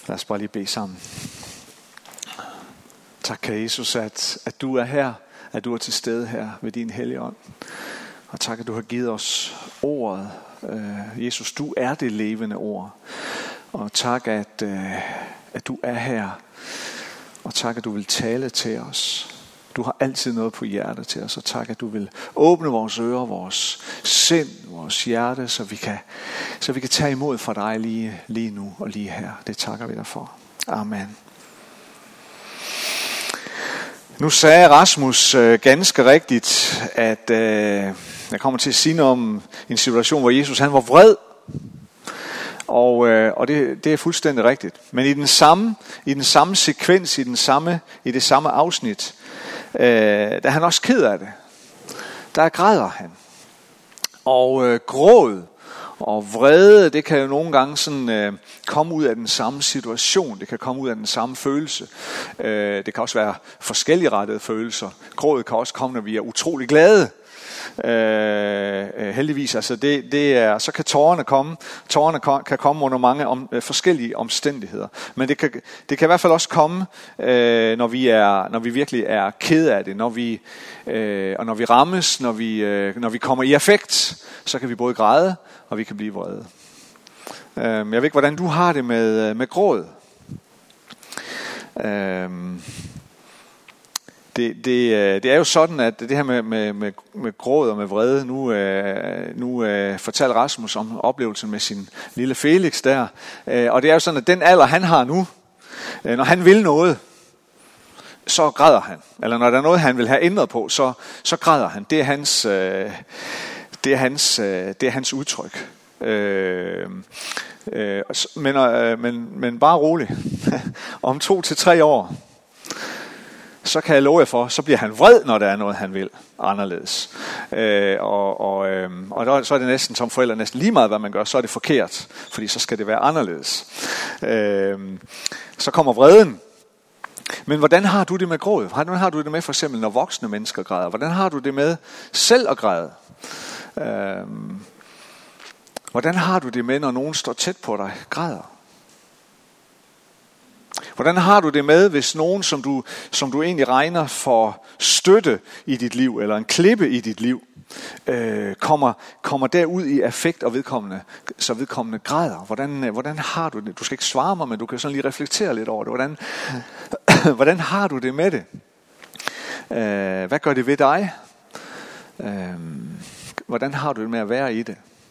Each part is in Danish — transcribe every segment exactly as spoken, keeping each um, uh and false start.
Lad os bare lige bede sammen. Tak, kære Jesus, at, at du er her, at du er til stede her ved din hellige ånd. Og tak, at du har givet os ordet. Uh, Jesus, du er det levende ord. Og tak, at, uh, at du er her. Og tak, at du vil tale til os. Du har altid noget på hjertet til os. Og tak, at du vil åbne vores ører, vores sind, vores hjerte, så vi kan, så vi kan tage imod fra dig lige, lige nu og lige her. Det takker vi dig for. Amen. Nu sagde Rasmus øh, ganske rigtigt, at øh, jeg kommer til at sige noget om en situation, hvor Jesus han var vred. Og, øh, og det, det er fuldstændig rigtigt. Men i den samme, i den samme sekvens, i, den samme, i det samme afsnit, øh, der er han også ked af det. Der græder han. Og øh, gråd og vrede, det kan jo nogle gange sådan, øh, komme ud af den samme situation. Det kan komme ud af den samme følelse. Øh, det kan også være forskellige rettede følelser. Grådet kan også komme, når vi er utrolig glade. Øh, heldigvis, altså det, det er, så kan tårerne komme. Tårerne kan komme under mange om, øh, forskellige omstændigheder. Men det kan, det kan i hvert fald også komme, øh, når vi er, når vi virkelig er ked af det, når vi, øh, og når vi rammes, når vi, øh, når vi kommer i affekt, så kan vi både græde og vi kan blive vrede. Øh, jeg ved ikke, hvordan du har det med med gråd. Øh, Det, det, det er jo sådan, at det her med, med, med, med gråd og med vrede, nu, øh, nu øh, fortalte Rasmus om oplevelsen med sin lille Felix der. Øh, og det er jo sådan, at den alder, han har nu, øh, når han vil noget, så græder han. Eller når der er noget, han vil have ændret på, så, så græder han. Det er hans, øh, det er hans, øh, det er hans udtryk. Øh, øh, men, øh, men, men bare rolig. Om to til tre år, så kan jeg love jer for, så bliver han vred, når der er noget, han vil anderledes. Øh, og og, øh, og der, så er det næsten som forældre næsten lige meget, hvad man gør, så er det forkert, fordi så skal det være anderledes. Øh, så kommer vreden. Men hvordan har du det med gråd? Hvordan har du det med for eksempel, når voksne mennesker græder? Hvordan har du det med selv at græde? Øh, hvordan har du det med, når nogen står tæt på dig, græder? Hvordan har du det med, hvis nogen, som du, som du egentlig regner for støtte i dit liv, eller en klippe i dit liv, øh, kommer, kommer derud i affekt og vedkommende, så vedkommende græder? Hvordan, hvordan har du det? Du skal ikke svare mig, men du kan sådan lige reflektere lidt over det. Hvordan, hvordan har du det med det? Øh, hvad gør det ved dig? Øh, hvordan har du det med at være i det?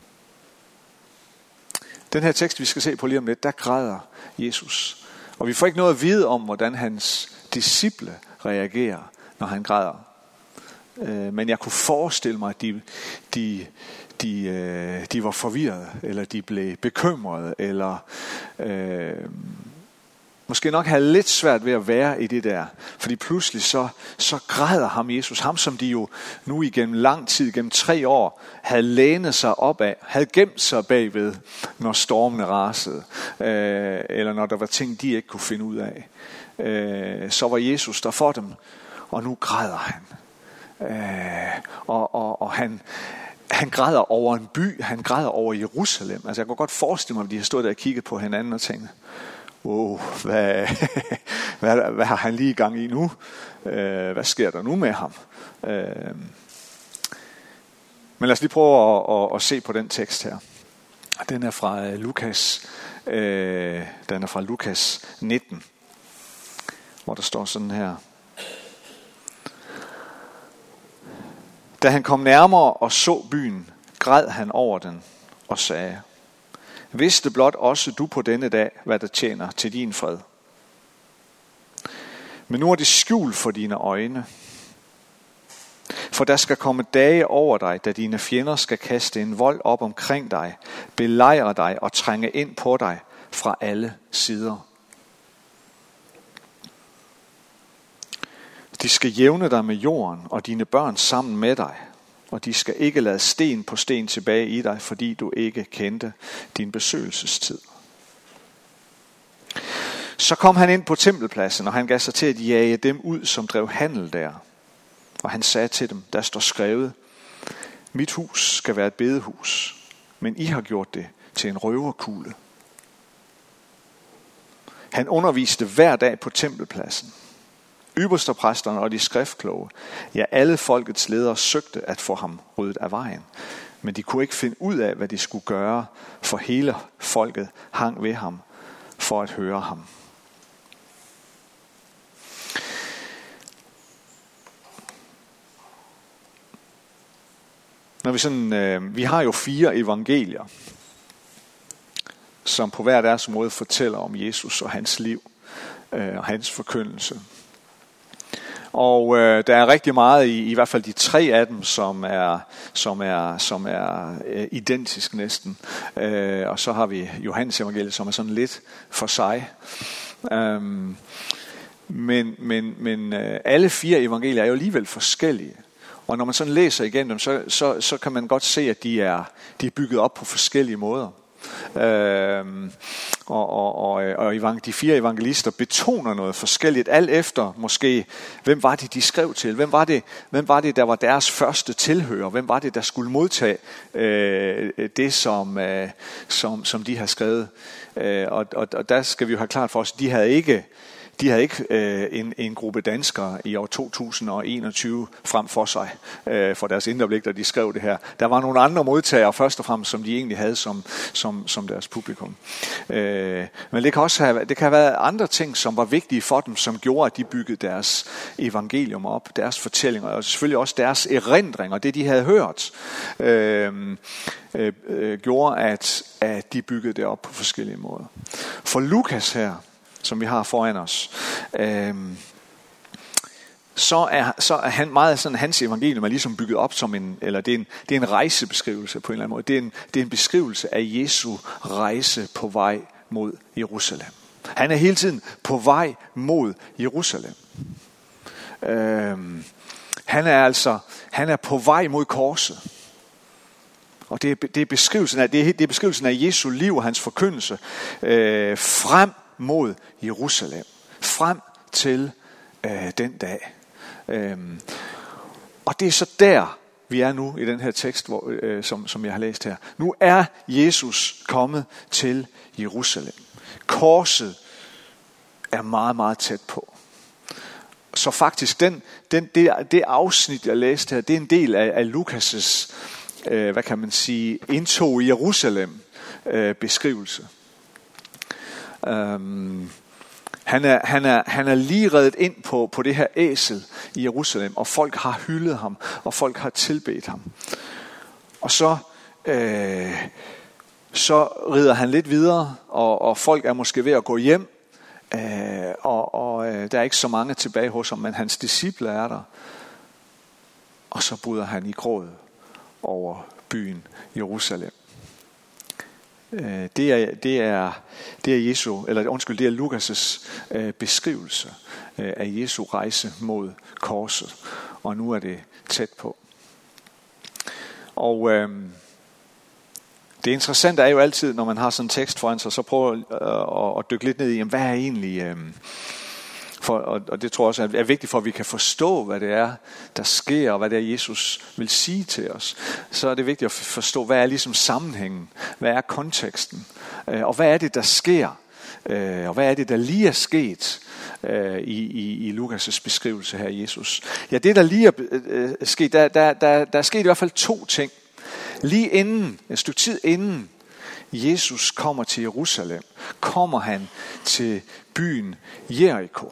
Den her tekst, vi skal se på lige om lidt, der græder Jesus. Og vi får ikke noget at vide om, hvordan hans disciple reagerer, når han græder. Øh, men jeg kunne forestille mig, at de, de, de, øh, de var forvirrede, eller de blev bekymrede, eller øh, måske nok havde lidt svært ved at være i det der. Fordi pludselig så, så græder ham Jesus, ham som de jo nu igennem lang tid, gennem tre år, havde lænet sig op af, havde gemt sig bagved, når stormene rasede, øh, eller når der var ting, de ikke kunne finde ud af. Øh, så var Jesus der for dem, og nu græder han. Øh, og og, og han, han græder over en by, han græder over Jerusalem. Altså jeg kunne godt forestille mig, at de har stået der og kigget på hinanden og tænkt, wow, hvad, hvad, hvad har han lige i gang i nu? Øh, hvad sker der nu med ham? Øh, men lad os lige prøve at, at, at se på den tekst her. Den er fra Lukas, øh, den er fra Lukas nitten, hvor der står sådan her. Da han kom nærmere og så byen, græd han over den og sagde, vidste blot også du på denne dag, hvad der tjener til din fred. Men nu er det skjult for dine øjne. For der skal komme dage over dig, da dine fjender skal kaste en vold op omkring dig, belejre dig og trænge ind på dig fra alle sider. De skal jævne dig med jorden og dine børn sammen med dig. Og de skal ikke lade sten på sten tilbage i dig, fordi du ikke kendte din besøgelsestid. Så kom han ind på tempelpladsen, og han gav sig til at jage dem ud, som drev handel der. Og han sagde til dem, der står skrevet, mit hus skal være et bedehus, men I har gjort det til en røverkugle. Han underviste hver dag på tempelpladsen. Ypperstepræsterne og de skriftkloge, ja, alle folkets ledere søgte at få ham ryddet af vejen. Men de kunne ikke finde ud af, hvad de skulle gøre, for hele folket hang ved ham for at høre ham. Når vi, sådan, øh, vi har jo fire evangelier, som på hver deres måde fortæller om Jesus og hans liv øh, og hans forkyndelse. Og øh, der er rigtig meget i, i hvert fald de tre af dem, som er, som er, som er øh, identisk næsten. Øh, og så har vi Johannes evangeliet, som er sådan lidt for sig. Um, men men, men øh, alle fire evangelier er jo alligevel forskellige. Og når man sådan læser igennem dem, så, så, så kan man godt se, at de er, de er bygget op på forskellige måder. Øhm, og, og, og, og de fire evangelister betoner noget forskelligt, alt efter måske, hvem var det, de skrev til? Hvem var det, hvem var det der var deres første tilhører? Hvem var det, der skulle modtage øh, det, som, øh, som, som de har skrevet? Øh, og, og, og der skal vi jo have klart for os, de havde ikke De havde ikke øh, en, en gruppe danskere i år to tusind og enogtyve frem for sig øh, for deres indre blik, da de skrev det her. Der var nogle andre modtagere først og fremmest, som de egentlig havde som, som, som deres publikum. Øh, men det kan også have, det kan have været andre ting, som var vigtige for dem, som gjorde, at de byggede deres evangelium op, deres fortællinger, og selvfølgelig også deres erindringer, det de havde hørt, øh, øh, øh, gjorde, at, at de byggede det op på forskellige måder. For Lukas her, som vi har foran os, øhm, så er så er han meget sådan, hans evangelium er ligesom bygget op som en, eller det er en det er en rejsebeskrivelse på en eller anden måde. Det er en det er en beskrivelse af Jesu rejse på vej mod Jerusalem. Han er hele tiden på vej mod Jerusalem. Øhm, han er altså han er på vej mod korset. Og det er, det er beskrivelsen af det er, det er beskrivelsen af Jesu liv og hans forkyndelse øh, frem mod Jerusalem, frem til øh, den dag. Øhm, og det er så der, vi er nu i den her tekst, hvor, øh, som, som jeg har læst her. Nu er Jesus kommet til Jerusalem. Korset er meget, meget tæt på. Så faktisk, den, den, det, det afsnit, jeg læste her, det er en del af, af Lukas' øh, hvad kan man sige, indtog i Jerusalem øh, beskrivelse. Um, han, er, han, er, han er lige reddet ind på, på det her æsel i Jerusalem, og folk har hyldet ham, og folk har tilbedt ham. Og så, øh, så rider han lidt videre, og, og folk er måske ved at gå hjem, øh, og, og øh, der er ikke så mange tilbage hos ham, men hans disciple er der. Og så bryder han i gråd over byen Jerusalem. Det er, det er, det er Jesu, eller undskyld, det er Lukas' øh, beskrivelse øh, af Jesu rejse mod korset, og nu er det tæt på. Og øh, det interessante er jo altid, når man har sådan en tekst foran sig, så prøver øh, at, at dykke lidt ned i, jamen, hvad er egentlig, øh, for, og, og det tror jeg også er vigtigt for, at vi kan forstå, hvad det er, der sker, og hvad det er, Jesus vil sige til os. Så er det vigtigt at forstå, hvad er ligesom sammenhængen, hvad er konteksten, og hvad er det, der sker, og hvad er det, der lige er sket i, i, i Lukas' beskrivelse her af Jesus. Ja, det der lige er sket, der, der, der, der er sket i hvert fald to ting. Lige inden, et stykke tid inden Jesus kommer til Jerusalem, kommer han til byen Jeriko.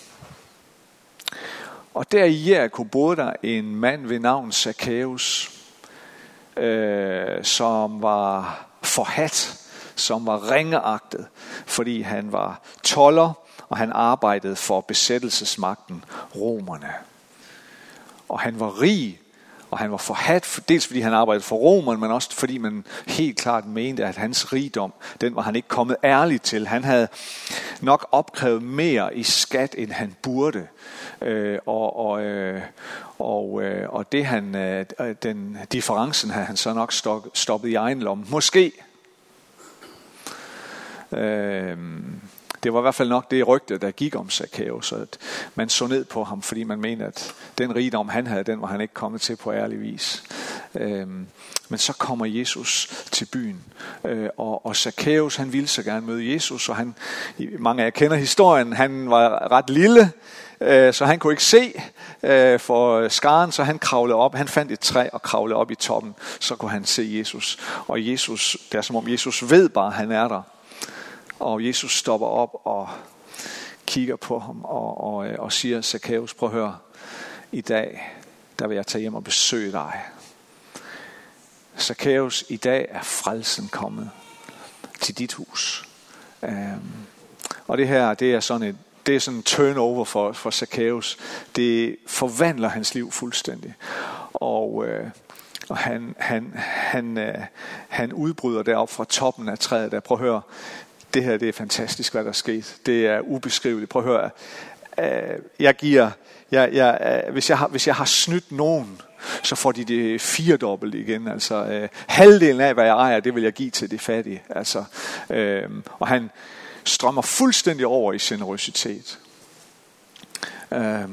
Og der i Jeriko boede der en mand ved navn Zakæus, øh, som var forhadt, som var ringeagtet, fordi han var tolder, og han arbejdede for besættelsesmagten, romerne. Og han var rig, og han var forhadt, dels fordi han arbejdede for romerne, men også fordi man helt klart mente, at hans rigdom, den var han ikke kommet ærligt til. Han havde nok opkrævet mere i skat, end han burde. Øh, og, og, øh, og, øh, og det han, øh, den differencen havde han så nok stok, stoppet i egen lomme. Måske. Øh, Det var i hvert fald nok det rygte, der gik om Zakæus, at man så ned på ham, fordi man mente, at den rigdom, han havde, den var han ikke kommet til på ærlig vis. Øhm, men så kommer Jesus til til byen. Øh, og, og Zacchaeus, han ville så gerne møde Jesus, og han, mange af jer kender historien, han var ret lille, øh, så han kunne ikke se øh, for skaren, så han kravlede op, han fandt et træ og kravlede op i toppen, så kunne han se Jesus. Og Jesus, det er som om Jesus ved bare, at han er der. Og Jesus stopper op og kigger på ham og, og, og siger, Zacchaeus, prøv at høre, i dag, der vil jeg tage hjem og besøge dig. Zacchaeus, i dag er frelsen kommet til dit hus. Um, og det her, det er sådan et, det er sådan en turnover for, for Zacchaeus. Det forvandler hans liv fuldstændig. Og, øh, og han, han, han, øh, han udbryder derop fra toppen af træet. Der. Prøv at høre, det her det er fantastisk, hvad der er sket. Det er ubeskriveligt. Prøv at høre, øh, jeg giver, jeg, jeg, øh, hvis, jeg har, hvis jeg har snydt nogen, så får de det firedobbelt igen. Altså øh, halvdelen af, hvad jeg ejer, det vil jeg give til de fattige. Altså, øh, og han strømmer fuldstændig over i generøsitet. Øh,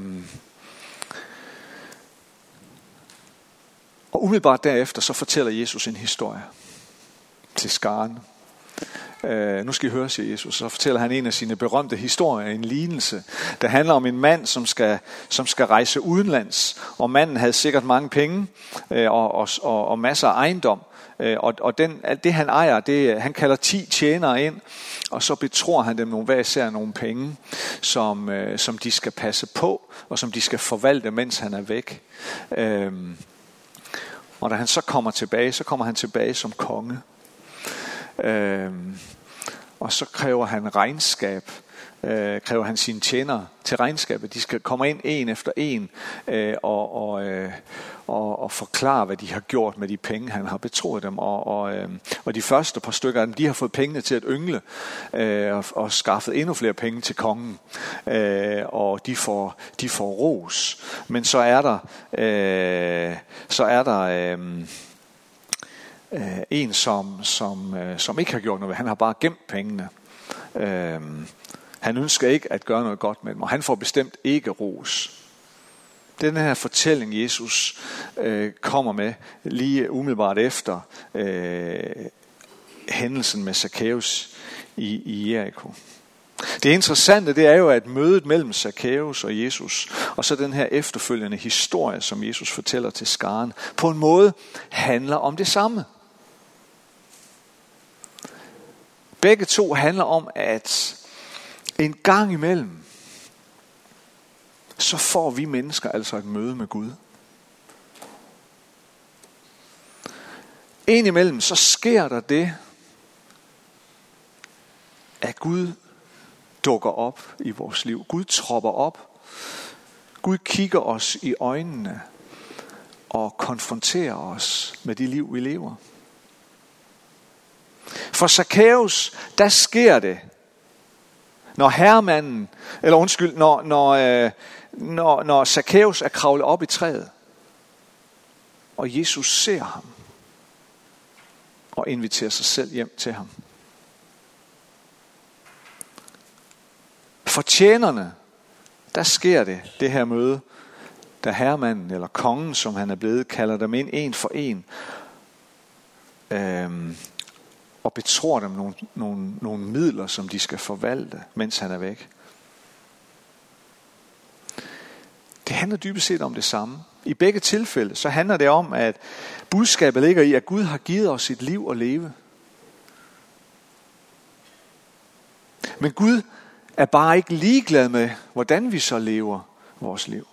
og umiddelbart derefter, så fortæller Jesus en historie til skaren. Uh, nu skal I høre, siger Jesus. Så fortæller han en af sine berømte historier, en lignelse, der handler om en mand, som skal, som skal rejse udenlands. Og manden havde sikkert mange penge uh, og, og, og, og masser af ejendom. Uh, og og den, det han ejer, det, han kalder ti tjenere ind, og så betror han dem nogle, hver især nogle penge, som, uh, som de skal passe på, og som de skal forvalte, mens han er væk. Uh, og da han så kommer tilbage, så kommer han tilbage som konge. Øhm, og så kræver han regnskab, øh, kræver han sine tjenere til regnskabet. De skal komme ind en efter en øh, og, og, øh, og, og forklare, hvad de har gjort med de penge, han har betroet dem. Og, og, øh, og de første par stykker af dem, de har fået pengene til at yngle øh, og, og skaffet endnu flere penge til kongen. Øh, og de får, de får ros. Men så er der, øh, så er der øh, Uh, en som, som, uh, som ikke har gjort noget. Han har bare gemt pengene. Uh, han ønsker ikke at gøre noget godt med dem, og han får bestemt ikke ros. Den her fortælling Jesus uh, kommer med lige umiddelbart efter uh, hændelsen med Zacchaeus i, i Jericho. Det interessante, det er jo, at mødet mellem Zacchaeus og Jesus, og så den her efterfølgende historie, som Jesus fortæller til skaren, på en måde handler om det samme. Begge to handler om, at en gang imellem, så får vi mennesker altså et møde med Gud. En imellem, så sker der det, at Gud dukker op i vores liv. Gud tropper op. Gud kigger os i øjnene og konfronterer os med det liv, vi lever. For Zacchaeus, der sker det, når herremanden, eller undskyld, når, når, øh, når, når Zacchaeus er kravlet op i træet, og Jesus ser ham, og inviterer sig selv hjem til ham. For tjenerne, der sker det, det her møde, da herremanden, eller kongen, som han er blevet, kalder dem ind en for en, øhm, og betror dem nogle, nogle, nogle midler, som de skal forvalte, mens han er væk. Det handler dybest set om det samme. I begge tilfælde, så handler det om, at budskabet ligger i, at Gud har givet os et liv at leve. Men Gud er bare ikke ligeglad med, hvordan vi så lever vores liv.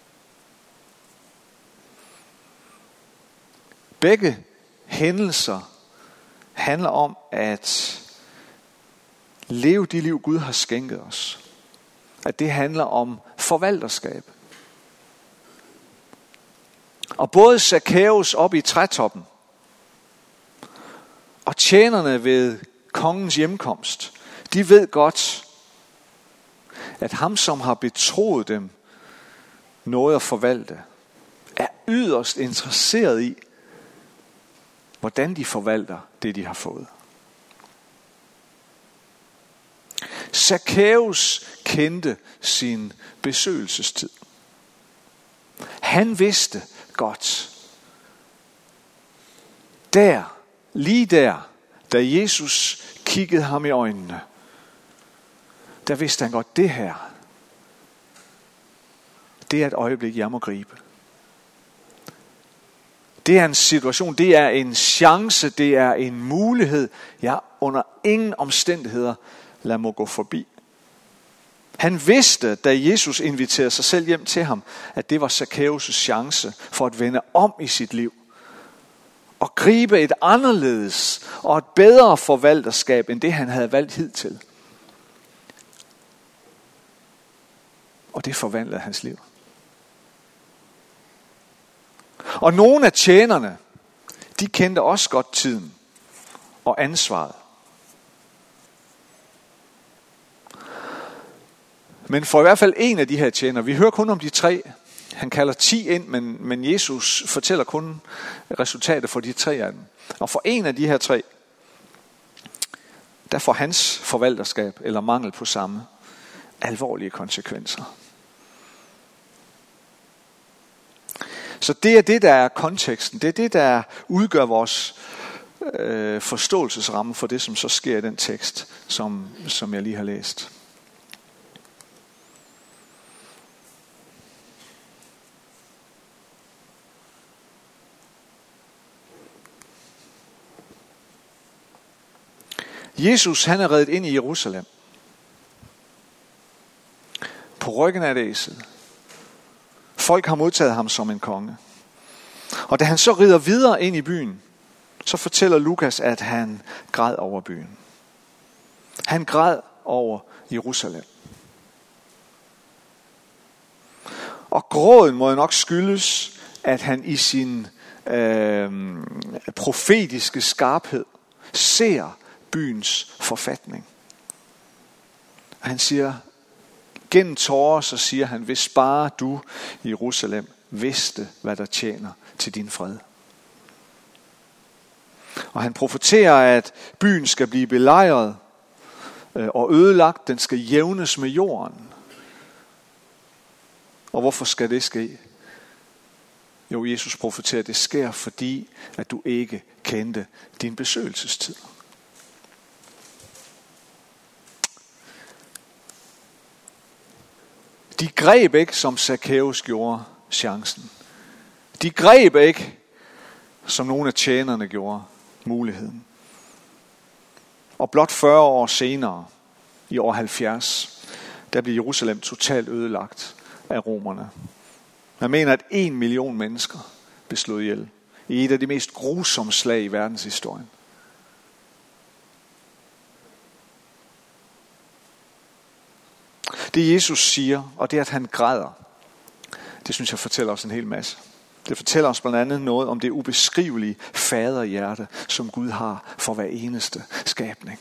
Begge hændelser handler om at leve det liv, Gud har skænket os. At det handler om forvalterskab. Og både Zacchaeus oppe i trætoppen og tjenerne ved kongens hjemkomst, de ved godt, at ham, som har betroet dem noget at forvalte, er yderst interesseret i, hvordan de forvalter det, de har fået. Zacchaeus kendte sin besøgelsestid. Han vidste godt, der lige der, da Jesus kiggede ham i øjnene, der vidste han godt, det her, det er et øjeblik, jeg må gribe. Det er en situation, det er en chance, det er en mulighed, jeg under ingen omstændigheder lader mig gå forbi. Han vidste, da Jesus inviterede sig selv hjem til ham, at det var Zakæus' chance for at vende om i sit liv. Og gribe et anderledes og et bedre forvalterskab, end det han havde valgt hidtil. Og det forvandlede hans liv. Og nogle af tjenerne, de kendte også godt tiden og ansvaret. Men for i hvert fald en af de her tjenere, vi hører kun om de tre. Han kalder ti ind, men, men Jesus fortæller kun resultatet for de tre af dem. Og for en af de her tre, der får hans forvalterskab eller mangel på samme alvorlige konsekvenser. Så det er det, der er konteksten. Det er det, der udgør vores øh, forståelsesramme for det, som så sker i den tekst, som, som jeg lige har læst. Jesus, han er reddet ind i Jerusalem. På ryggen af et æsel. Folk har modtaget ham som en konge. Og da han så rider videre ind i byen, så fortæller Lukas, at han græd over byen. Han græd over Jerusalem. Og gråden må jo nok skyldes, at han i sin øh, profetiske skarphed ser byens forfatning. Han siger, gennem tårer, så siger han, hvis bare du, Jerusalem, vidste, hvad der tjener til din fred. Og han profeterer, at byen skal blive belejret og ødelagt, den skal jævnes med jorden. Og hvorfor skal det ske? Jo, Jesus profeterer, at det sker, fordi at du ikke kendte din besøgelsestid. De greb ikke, som Zakæus gjorde, chancen. De greb ikke, som nogle af tjenerne gjorde, muligheden. Og blot fyrre år senere, i år halvfjerds, der blev Jerusalem totalt ødelagt af romerne. Man mener, at en million mennesker blev slået ihjel i et af de mest grusomme slag i verdenshistorien. Det Jesus siger, og det at han græder, det synes jeg fortæller os en hel masse. Det fortæller os blandt andet noget om det ubeskrivelige faderhjerte, som Gud har for hver eneste skabning.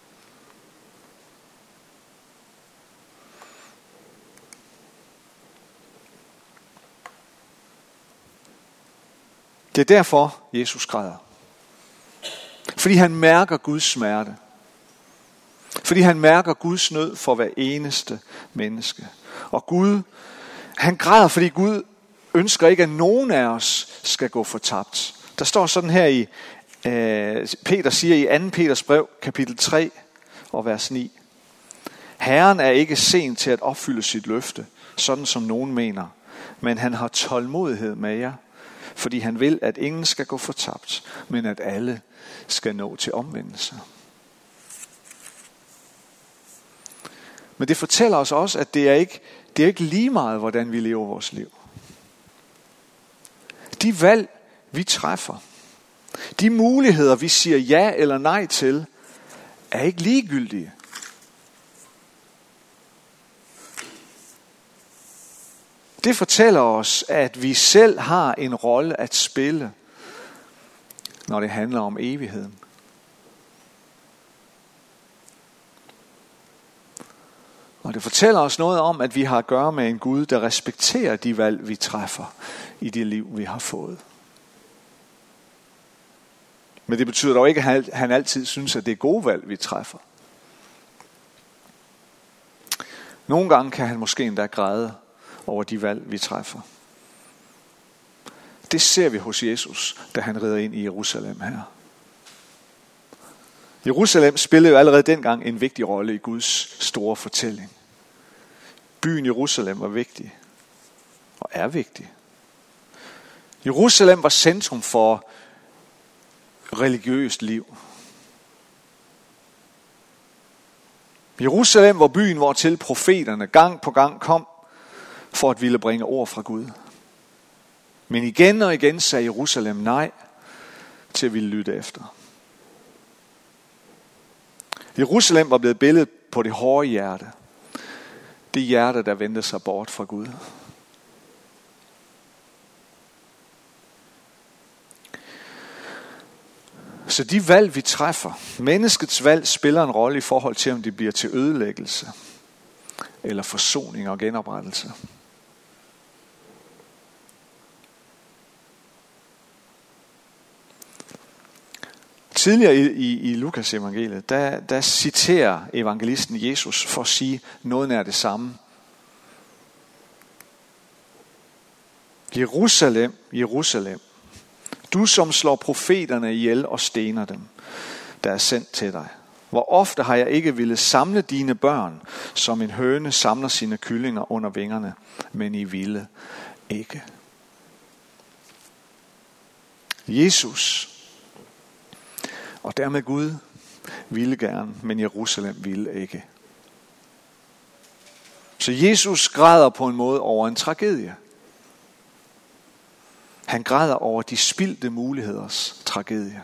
Det er derfor, Jesus græder. Fordi han mærker Guds smerte. Fordi han mærker Guds nød for hver eneste menneske. Og Gud, han græder, fordi Gud ønsker ikke, at nogen af os skal gå fortabt. Der står sådan her i, øh, Peter siger i anden Peters brev, kapitel tre og vers ni. Herren er ikke sen til at opfylde sit løfte, sådan som nogen mener. Men han har tålmodighed med jer, fordi han vil, at ingen skal gå fortabt, men at alle skal nå til omvendelse. Men det fortæller os også, at det er ikke, det er ikke lige meget, hvordan vi lever vores liv. De valg, vi træffer, de muligheder, vi siger ja eller nej til, er ikke ligegyldige. Det fortæller os, at vi selv har en rolle at spille, når det handler om evigheden. Og det fortæller os noget om, at vi har at gøre med en Gud, der respekterer de valg, vi træffer i det liv, vi har fået. Men det betyder dog ikke, at han altid synes, at det er gode valg, vi træffer. Nogle gange kan han måske endda græde over de valg, vi træffer. Det ser vi hos Jesus, da han rider ind i Jerusalem her. Jerusalem spillede jo allerede dengang en vigtig rolle i Guds store fortælling. Byen Jerusalem var vigtig og er vigtig. Jerusalem var centrum for religiøst liv. Jerusalem var byen, hvortil profeterne gang på gang kom for at ville bringe ord fra Gud. Men igen og igen sagde Jerusalem nej til at ville lytte efter. Jerusalem var blevet billedet på det hårde hjerte. Det hjerte, der vendte sig bort fra Gud. Så de valg, vi træffer, menneskets valg, spiller en rolle i forhold til, om det bliver til ødelæggelse eller forsoning og genoprettelse. Tidligere i, i, i Lukas evangeliet, der, der citerer evangelisten Jesus for at sige noget nær det samme. Jerusalem, Jerusalem, du som slår profeterne ihjel og stener dem, der er sendt til dig. Hvor ofte har jeg ikke ville samle dine børn, som en høne samler sine kyllinger under vingerne, men I ville ikke. Jesus og dermed Gud ville gerne, men Jerusalem ville ikke. Så Jesus græder på en måde over en tragedie. Han græder over de spildte muligheders tragedie.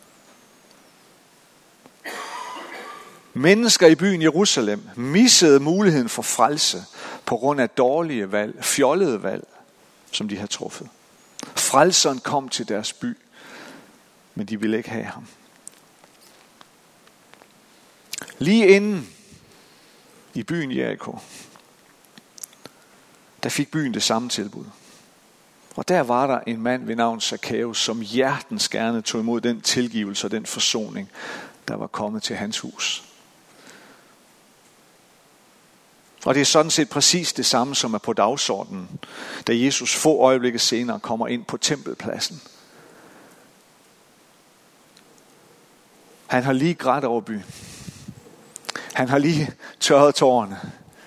Mennesker i byen Jerusalem missede muligheden for frelse på grund af dårlige valg, fjollede valg, som de havde truffet. Frelseren kom til deres by, men de ville ikke have ham. Lige inden i byen Jericho, der fik byen det samme tilbud. Og der var der en mand ved navn Zakæus, som hjertens gerne tog imod den tilgivelse og den forsoning, der var kommet til hans hus. Og det er sådan set præcis det samme, som er på dagsordenen, da Jesus få øjeblikke senere kommer ind på tempelpladsen. Han har lige grædt over byen. Han har lige tørret tårerne.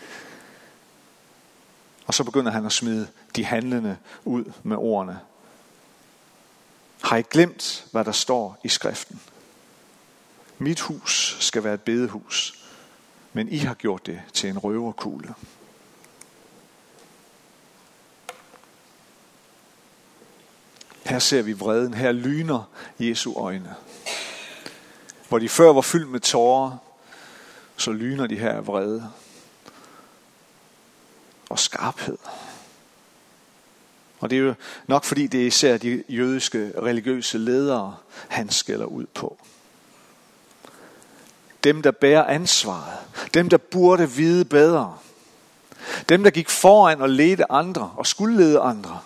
Og så begynder han at smide de handlende ud med ordene. Har I glemt, hvad der står i skriften? Mit hus skal være et bedehus, men I har gjort det til en røverkugle. Her ser vi vreden. Her lyner Jesu øjne. Hvor de før var fyldt med tårer, så lyner de her vrede og skarphed. Og det er jo nok fordi det er især de jødiske religiøse ledere, han skælder ud på. Dem, der bærer ansvaret. Dem, der burde vide bedre. Dem, der gik foran og ledte andre og skulle lede andre.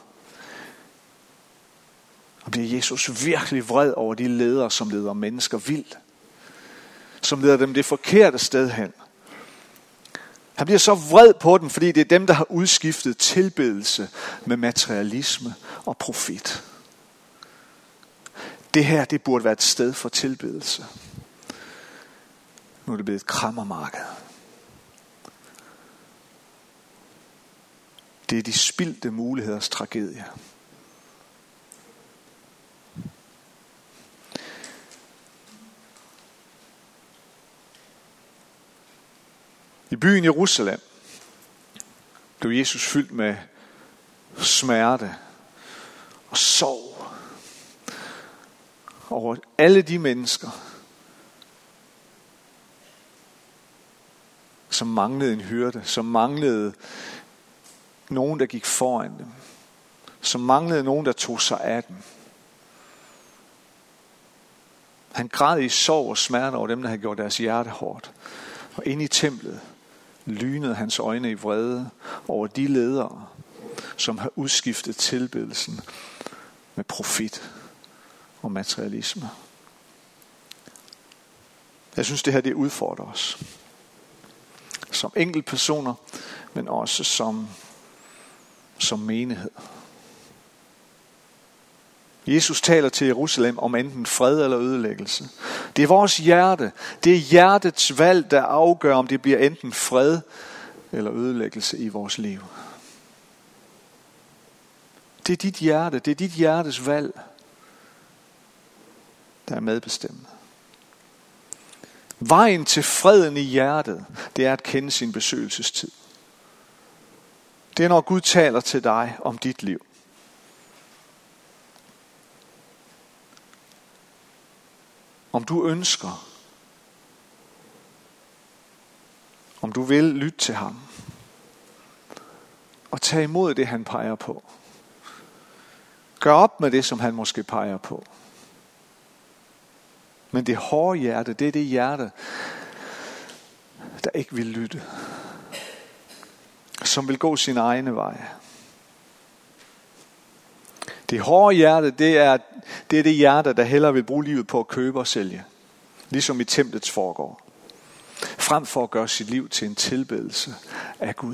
Og bliver Jesus virkelig vred over de ledere, som leder mennesker vildt. Som leder dem det forkerte sted hen. Han bliver så vred på dem, fordi det er dem, der har udskiftet tilbedelse med materialisme og profit. Det her, det burde være et sted for tilbedelse. Nu er det blevet et kræmmermarked. Det er de spildte muligheders tragedie. I byen Jerusalem blev Jesus fyldt med smerte og sorg over alle de mennesker, som manglede en hyrde, som manglede nogen, der gik foran dem, som manglede nogen, der tog sig af dem. Han græd i sorg og smerte over dem, der havde gjort deres hjerte hårdt. Og inde i templet lynede hans øjne i vrede over de ledere, som har udskiftet tilbedelsen med profit og materialisme. Jeg synes, det her det udfordrer os. Som enkeltpersoner, men også som, som menighed. Jesus taler til Jerusalem om enten fred eller ødelæggelse. Det er vores hjerte. Det er hjertets valg, der afgør, om det bliver enten fred eller ødelæggelse i vores liv. Det er dit hjerte. Det er dit hjertes valg, der er medbestemmende. Vejen til freden i hjertet, det er at kende sin besøgelsestid. Det er, når Gud taler til dig om dit liv. Om du ønsker, om du vil lytte til ham, og tage imod det, han peger på. Gør op med det, som han måske peger på. Men det hårde hjerte, det er det hjerte, der ikke vil lytte. Som vil gå sin egne veje. Det hårde hjerte, det er, det er det hjerte, der hellere vil bruge livet på at købe og sælge. Ligesom i templets forgård. Frem for at gøre sit liv til en tilbedelse af Gud.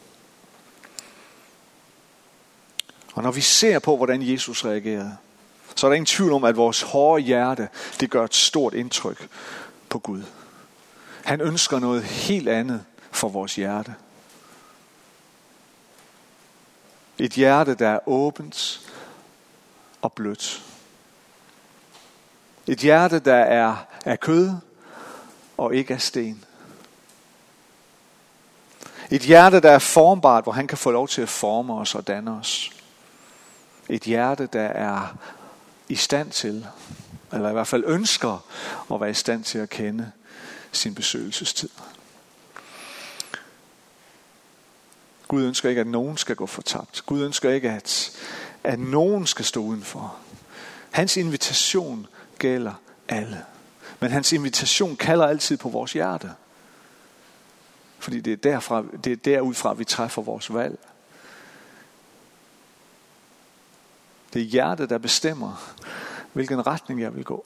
Og når vi ser på, hvordan Jesus reagerede, så er der ingen tvivl om, at vores hårde hjerte, det gør et stort indtryk på Gud. Han ønsker noget helt andet for vores hjerte. Et hjerte, der er åbent og blødt. Et hjerte, der er af kød og ikke af sten. Et hjerte, der er formbart, hvor han kan få lov til at forme os og danne os. Et hjerte, der er i stand til, eller i hvert fald ønsker at være i stand til at kende sin besøgelsestid. Gud ønsker ikke, at nogen skal gå fortabt. Gud ønsker ikke, at, at nogen skal stå udenfor. Hans invitation gælder alle. Men hans invitation kalder altid på vores hjerte. Fordi det er, derfra, det er derudfra, vi træffer vores valg. Det er hjertet, der bestemmer, hvilken retning jeg vil gå.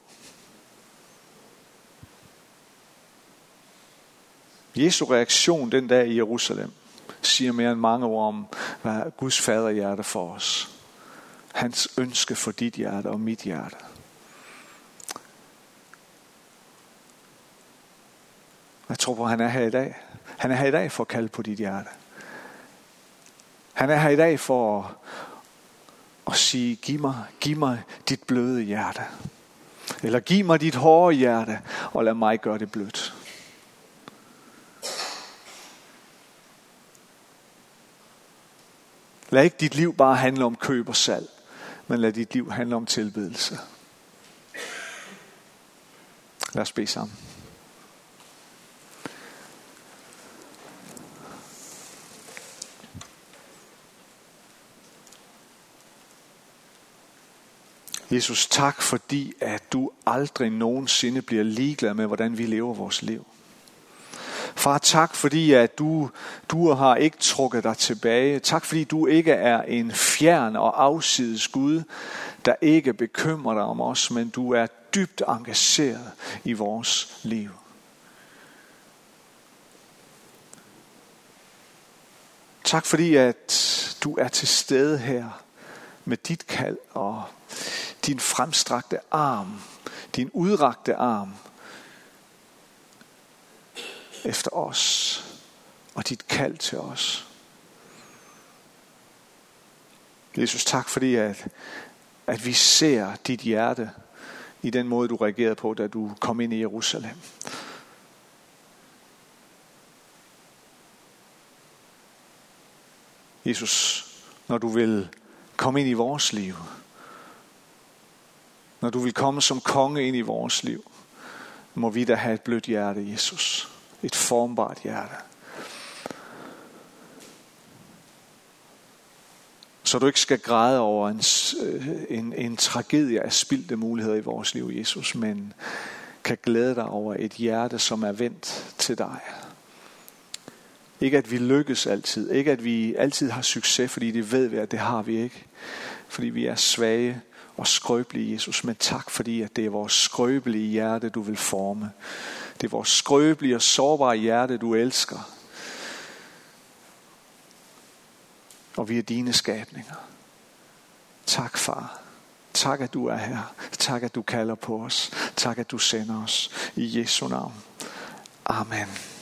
Jesu reaktion den dag i Jerusalem siger mere end mange ord om, hvad Guds faderhjerte for os. Hans ønske for dit hjerte og mit hjerte. Jeg tror på, at han er her i dag. Han er her i dag for at kalde på dit hjerte. Han er her i dag for at, at sige, giv mig, giv mig dit bløde hjerte. Eller giv mig dit hårde hjerte, og lad mig gøre det blødt. Lad ikke dit liv bare handle om køb og salg, men lad dit liv handle om tilbedelse. Lad os bede sammen. Jesus, tak fordi, at du aldrig nogensinde bliver ligeglad med, hvordan vi lever vores liv. Far, tak fordi, at du, du har ikke trukket dig tilbage. Tak fordi du ikke er en fjern og afsides Gud, der ikke bekymrer dig om os, men du er dybt engageret i vores liv. Tak fordi, at du er til stede her med dit kald og din fremstrakte arm, din udrakte arm efter os og dit kald til os. Jesus, tak fordi, at, at vi ser dit hjerte i den måde, du reagerede på, da du kom ind i Jerusalem. Jesus, når du vil komme ind i vores liv, når du vil komme som konge ind i vores liv, må vi da have et blødt hjerte, Jesus. Et formbart hjerte. Så du ikke skal græde over en, en, en tragedie af spildte muligheder i vores liv, Jesus, men kan glæde dig over et hjerte, som er vendt til dig. Ikke at vi lykkes altid. Ikke at vi altid har succes, fordi det ved vi, at det har vi ikke. Fordi vi er svage og skrøbelige, Jesus. Men tak fordi, at det er vores skrøbelige hjerte, du vil forme. Det er vores skrøbelige og sårbare hjerte, du elsker. Og vi er dine skabninger. Tak, far. Tak, at du er her. Tak, at du kalder på os. Tak, at du sender os i Jesu navn. Amen.